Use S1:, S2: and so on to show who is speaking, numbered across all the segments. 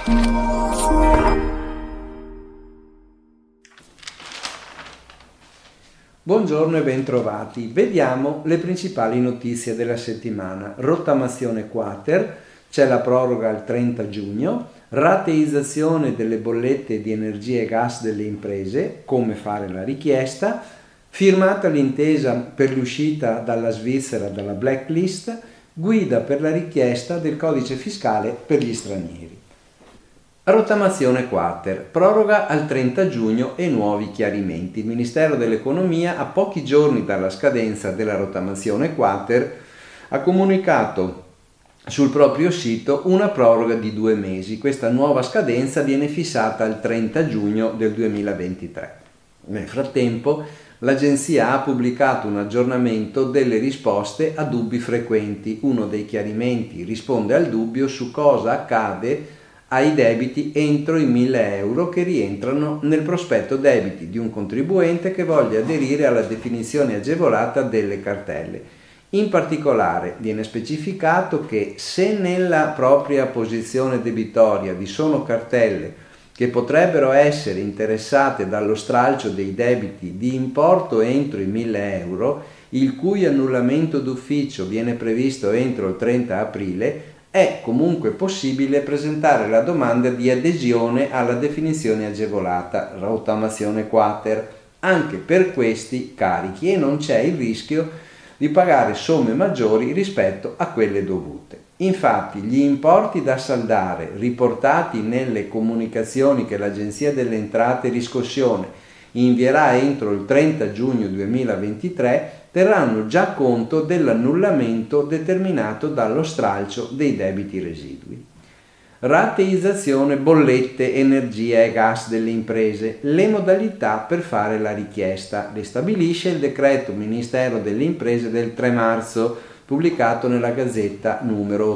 S1: Buongiorno e bentrovati. Vediamo le principali notizie della settimana. Rottamazione quater, c'è la proroga al 30 giugno, rateizzazione delle bollette di energia e gas delle imprese, come fare la richiesta, firmata l'intesa per l'uscita dalla Svizzera dalla blacklist, guida per la richiesta del codice fiscale per gli stranieri. Rottamazione quater, proroga al 30 giugno e nuovi chiarimenti. Il Ministero dell'Economia, a pochi giorni dalla scadenza della rottamazione quater, ha comunicato sul proprio sito una proroga di 2 mesi. Questa nuova scadenza viene fissata al 30 giugno del 2023. Nel frattempo, l'agenzia ha pubblicato un aggiornamento delle risposte a dubbi frequenti. Uno dei chiarimenti risponde al dubbio su cosa accade ai debiti entro i 1.000 euro che rientrano nel prospetto debiti di un contribuente che voglia aderire alla definizione agevolata delle cartelle. In particolare viene specificato che se nella propria posizione debitoria vi sono cartelle che potrebbero essere interessate dallo stralcio dei debiti di importo entro i 1.000 euro, il cui annullamento d'ufficio viene previsto entro il 30 aprile, è comunque possibile presentare la domanda di adesione alla definizione agevolata, rottamazione quater, anche per questi carichi e non c'è il rischio di pagare somme maggiori rispetto a quelle dovute. Infatti, gli importi da saldare riportati nelle comunicazioni che l'Agenzia delle Entrate e Riscossione invierà entro il 30 giugno 2023 terranno già conto dell'annullamento determinato dallo stralcio dei debiti residui. Rateizzazione bollette, energia e gas delle imprese. Le modalità per fare la richiesta le stabilisce il decreto Ministero delle Imprese del 3 marzo, pubblicato nella Gazzetta numero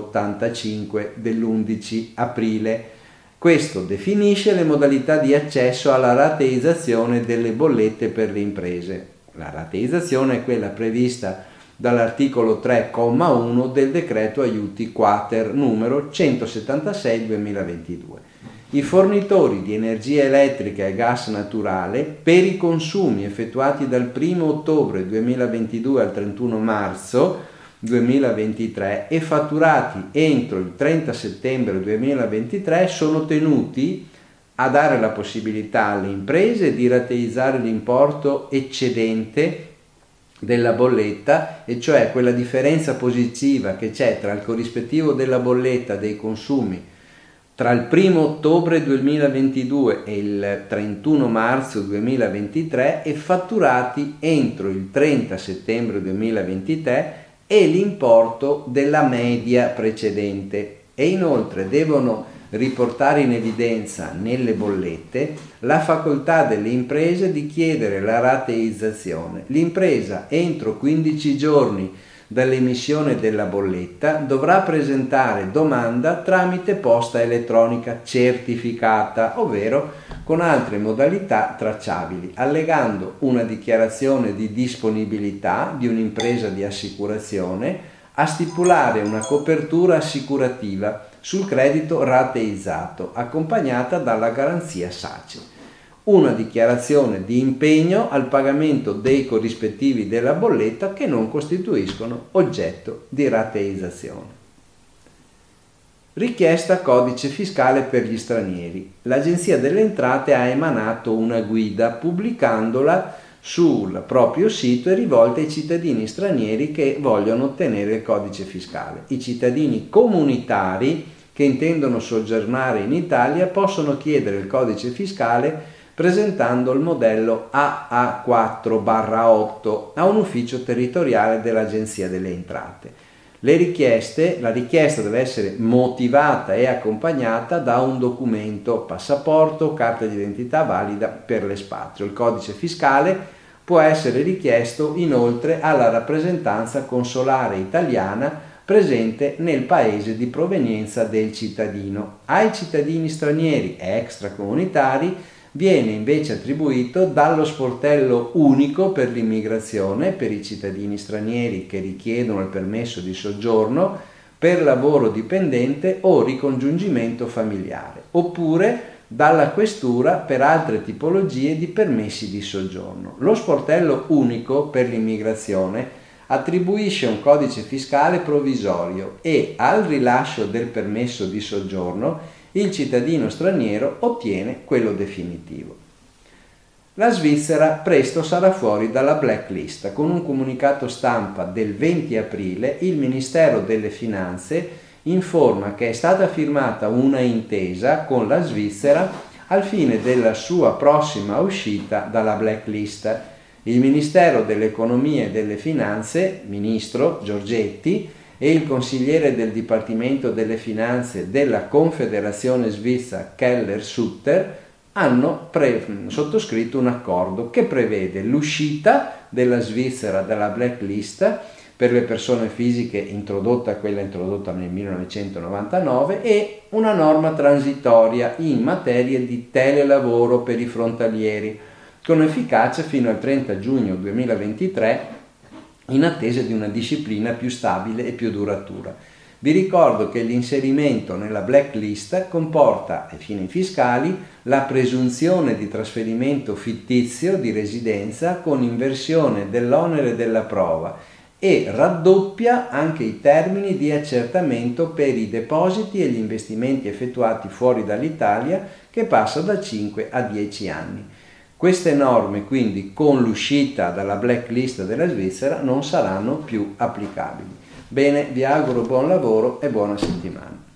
S1: 85 dell'11 aprile. Questo definisce le modalità di accesso alla rateizzazione delle bollette per le imprese. La rateizzazione è quella prevista dall'articolo 3,1 del decreto aiuti quater numero 176/2022. I fornitori di energia elettrica e gas naturale per i consumi effettuati dal 1 ottobre 2022 al 31 marzo 2023 e fatturati entro il 30 settembre 2023 sono tenuti a dare la possibilità alle imprese di rateizzare l'importo eccedente della bolletta, e cioè quella differenza positiva che c'è tra il corrispettivo della bolletta dei consumi tra il 1 ottobre 2022 e il 31 marzo 2023 e fatturati entro il 30 settembre 2023 e l'importo della media precedente, e inoltre devono riportare in evidenza nelle bollette la facoltà delle imprese di chiedere la rateizzazione. L'impresa entro 15 giorni dall'emissione della bolletta dovrà presentare domanda tramite posta elettronica certificata, ovvero con altre modalità tracciabili, allegando una dichiarazione di disponibilità di un'impresa di assicurazione a stipulare una copertura assicurativa sul credito rateizzato, accompagnata dalla garanzia SACE, una dichiarazione di impegno al pagamento dei corrispettivi della bolletta che non costituiscono oggetto di rateizzazione. Richiesta codice fiscale per gli stranieri. L'Agenzia delle Entrate ha emanato una guida pubblicandola sul proprio sito e rivolta ai cittadini stranieri che vogliono ottenere il codice fiscale. I cittadini comunitari che intendono soggiornare in Italia possono chiedere il codice fiscale presentando il modello AA4/8 a un ufficio territoriale dell'Agenzia delle Entrate. La richiesta deve essere motivata e accompagnata da un documento, passaporto, carta d'identità valida per l'espatrio. Il codice fiscale può essere richiesto inoltre alla rappresentanza consolare italiana presente nel paese di provenienza del cittadino. Ai cittadini stranieri e extracomunitari viene invece attribuito dallo sportello unico per l'immigrazione per i cittadini stranieri che richiedono il permesso di soggiorno per lavoro dipendente o ricongiungimento familiare. oppure dalla questura per altre tipologie di permessi di soggiorno. Lo sportello unico per l'immigrazione attribuisce un codice fiscale provvisorio e al rilascio del permesso di soggiorno il cittadino straniero ottiene quello definitivo. La Svizzera presto sarà fuori dalla blacklist. Con un comunicato stampa del 20 aprile il Ministero delle Finanze informa che è stata firmata una intesa con la Svizzera al fine della sua prossima uscita dalla blacklist. Il Ministero dell'Economia e delle Finanze, ministro Giorgetti, e il consigliere del Dipartimento delle Finanze della Confederazione Svizzera Keller Sutter hanno sottoscritto un accordo che prevede l'uscita della Svizzera dalla blacklist per le persone fisiche quella introdotta nel 1999 e una norma transitoria in materia di telelavoro per i frontalieri con efficacia fino al 30 giugno 2023 in attesa di una disciplina più stabile e più duratura. Vi ricordo che l'inserimento nella blacklist comporta, ai fini fiscali, la presunzione di trasferimento fittizio di residenza con inversione dell'onere della prova e raddoppia anche i termini di accertamento per i depositi e gli investimenti effettuati fuori dall'Italia, che passa da 5 a 10 anni. Queste norme, quindi, con l'uscita dalla blacklist della Svizzera, non saranno più applicabili. Bene, vi auguro buon lavoro e buona settimana.